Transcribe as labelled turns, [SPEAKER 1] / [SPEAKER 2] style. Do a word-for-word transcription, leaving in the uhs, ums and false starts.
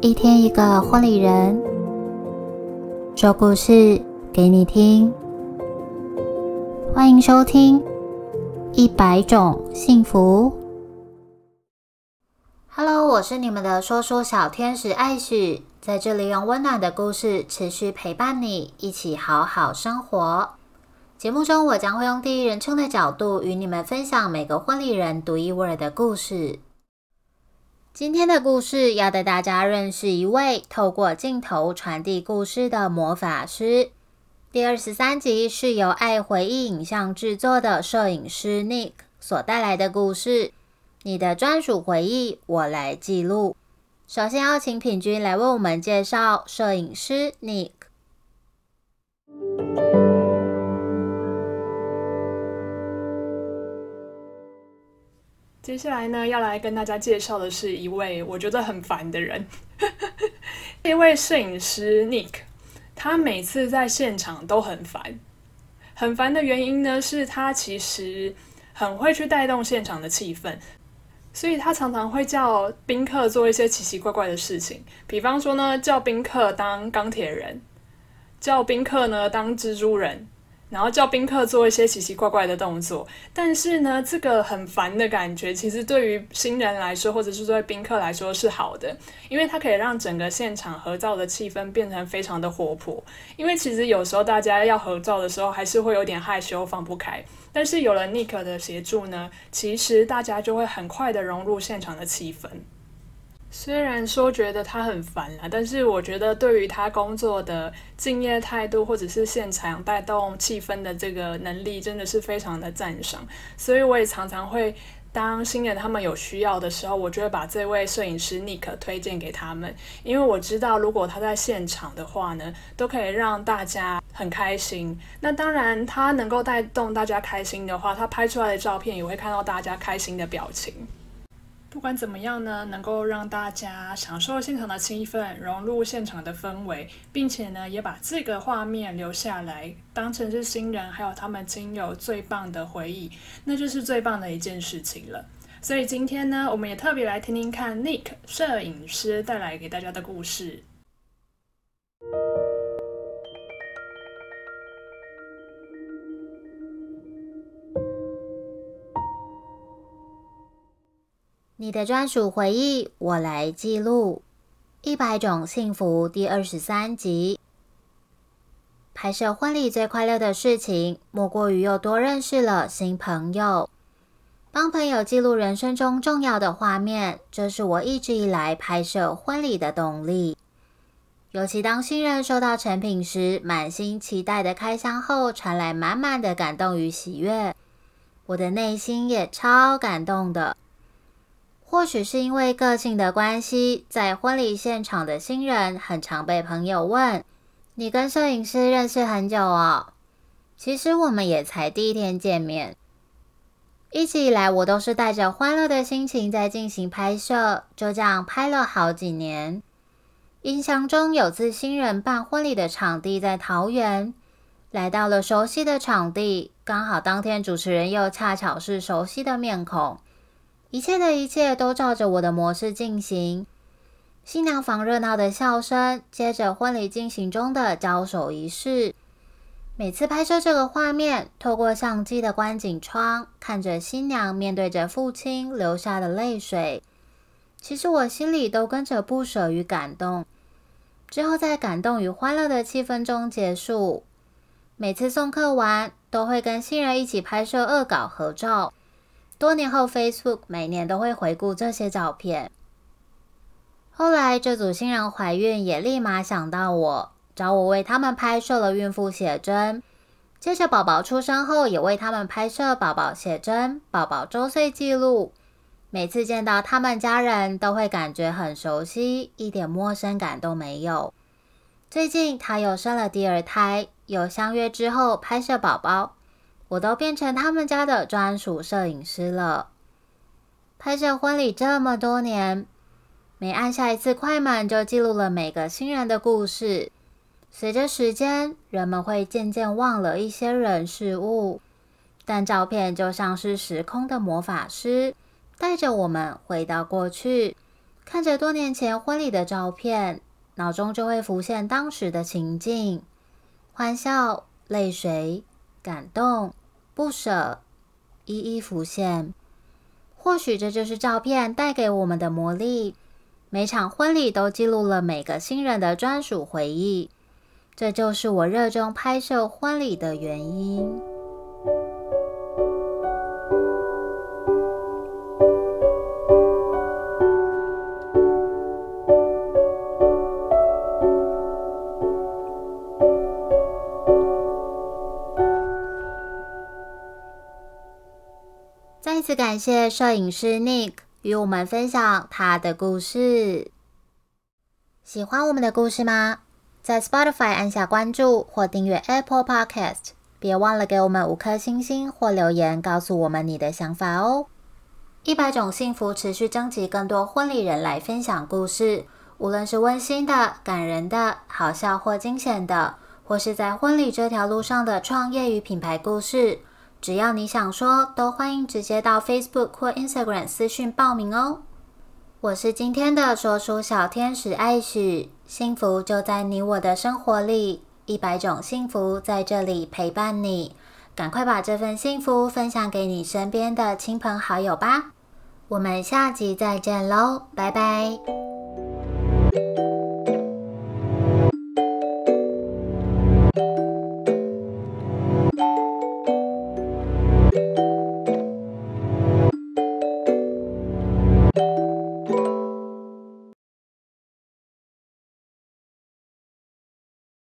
[SPEAKER 1] 一天一个婚礼人，说故事给你听。欢迎收听一百种幸福。Hello， 我是你们的说书小天使艾许，在这里用温暖的故事持续陪伴你，一起好好生活。节目中我将会用第一人称的角度与你们分享每个婚礼人独一无二的故事。今天的故事要带大家认识一位透过镜头传递故事的魔法师。第二十三集是由爱回忆影像制作的摄影师 Nick 所带来的故事，你的专属回忆，我来记录。首先要请品君来为我们介绍摄影师 Nick。
[SPEAKER 2] 接下来呢，要来跟大家介绍的是一位我觉得很烦的人，这位摄影师 Nick， 他每次在现场都很烦。很烦的原因呢，是他其实很会去带动现场的气氛，所以他常常会叫宾客做一些奇奇怪怪的事情，比方说呢，叫宾客当钢铁人，叫宾客呢当蜘蛛人，然后叫宾客做一些奇奇怪怪的动作。但是呢，这个很烦的感觉其实对于新人来说，或者是对宾客来说是好的，因为它可以让整个现场合照的气氛变成非常的活泼。因为其实有时候大家要合照的时候还是会有点害羞放不开，但是有了 Nick 的协助呢，其实大家就会很快的融入现场的气氛。虽然说觉得他很烦啦，但是我觉得对于他工作的敬业态度，或者是现场带动气氛的这个能力，真的是非常的赞赏。所以我也常常会当新人他们有需要的时候，我就会把这位摄影师 Nick 推荐给他们，因为我知道如果他在现场的话呢，都可以让大家很开心。那当然他能够带动大家开心的话，他拍出来的照片也会看到大家开心的表情。不管怎么样呢，能够让大家享受现场的气氛，融入现场的氛围，并且呢，也把这个画面留下来，当成是新人还有他们亲友最棒的回忆，那就是最棒的一件事情了。所以今天呢，我们也特别来听听看 Nick 摄影师带来给大家的故事。
[SPEAKER 1] 你的专属回忆，我来记录。一百种幸福第二十三集。拍摄婚礼最快乐的事情，莫过于又多认识了新朋友。帮朋友记录人生中重要的画面，这是我一直以来拍摄婚礼的动力。尤其当新人收到成品时，满心期待的开箱后，传来满满的感动与喜悦，我的内心也超感动的。或许是因为个性的关系，在婚礼现场的新人很常被朋友问，你跟摄影师认识很久哦？其实我们也才第一天见面。一直以来我都是带着欢乐的心情在进行拍摄，就这样拍了好几年。印象中有次新人办婚礼的场地在桃园，来到了熟悉的场地，刚好当天主持人又恰巧是熟悉的面孔。一切的一切都照着我的模式进行，新娘房热闹的笑声，接着婚礼进行中的交手仪式。每次拍摄这个画面，透过相机的观景窗，看着新娘面对着父亲流下的泪水，其实我心里都跟着不舍与感动。之后在感动与欢乐的气氛中结束。每次送客完，都会跟新人一起拍摄恶搞合照。多年后 Facebook 每年都会回顾这些照片。后来这组新人怀孕，也立马想到我，找我为他们拍摄了孕妇写真。接着宝宝出生后，也为他们拍摄宝宝写真、宝宝周岁记录。每次见到他们家人，都会感觉很熟悉，一点陌生感都没有。最近他又生了第二胎，有相约之后拍摄宝宝，我都变成他们家的专属摄影师了。拍摄婚礼这么多年，每按下一次快门就记录了每个新人的故事。随着时间，人们会渐渐忘了一些人事物，但照片就像是时空的魔法师，带着我们回到过去， 看着多年前婚礼的照片，脑中就会浮现当时的情境，欢笑、泪水、感动、不舍，一一浮现。或许这就是照片带给我们的魔力，每场婚礼都记录了每个新人的专属回忆，这就是我热衷拍摄婚礼的原因。再一次感谢摄影师 Nick 与我们分享他的故事。喜欢我们的故事吗？在 Spotify 按下关注或订阅 Apple Podcast， 别忘了给我们五颗星星或留言告诉我们你的想法哦。一百种幸福持续征集更多婚礼人来分享故事，无论是温馨的、感人的、好笑或惊险的，或是在婚礼这条路上的创业与品牌故事，只要你想说，都欢迎直接到 Facebook 或 Instagram 私讯报名哦。我是今天的说书小天使艾许，幸福就在你我的生活里，一百种幸福在这里陪伴你。赶快把这份幸福分享给你身边的亲朋好友吧。我们下集再见喽，拜拜。Thank you.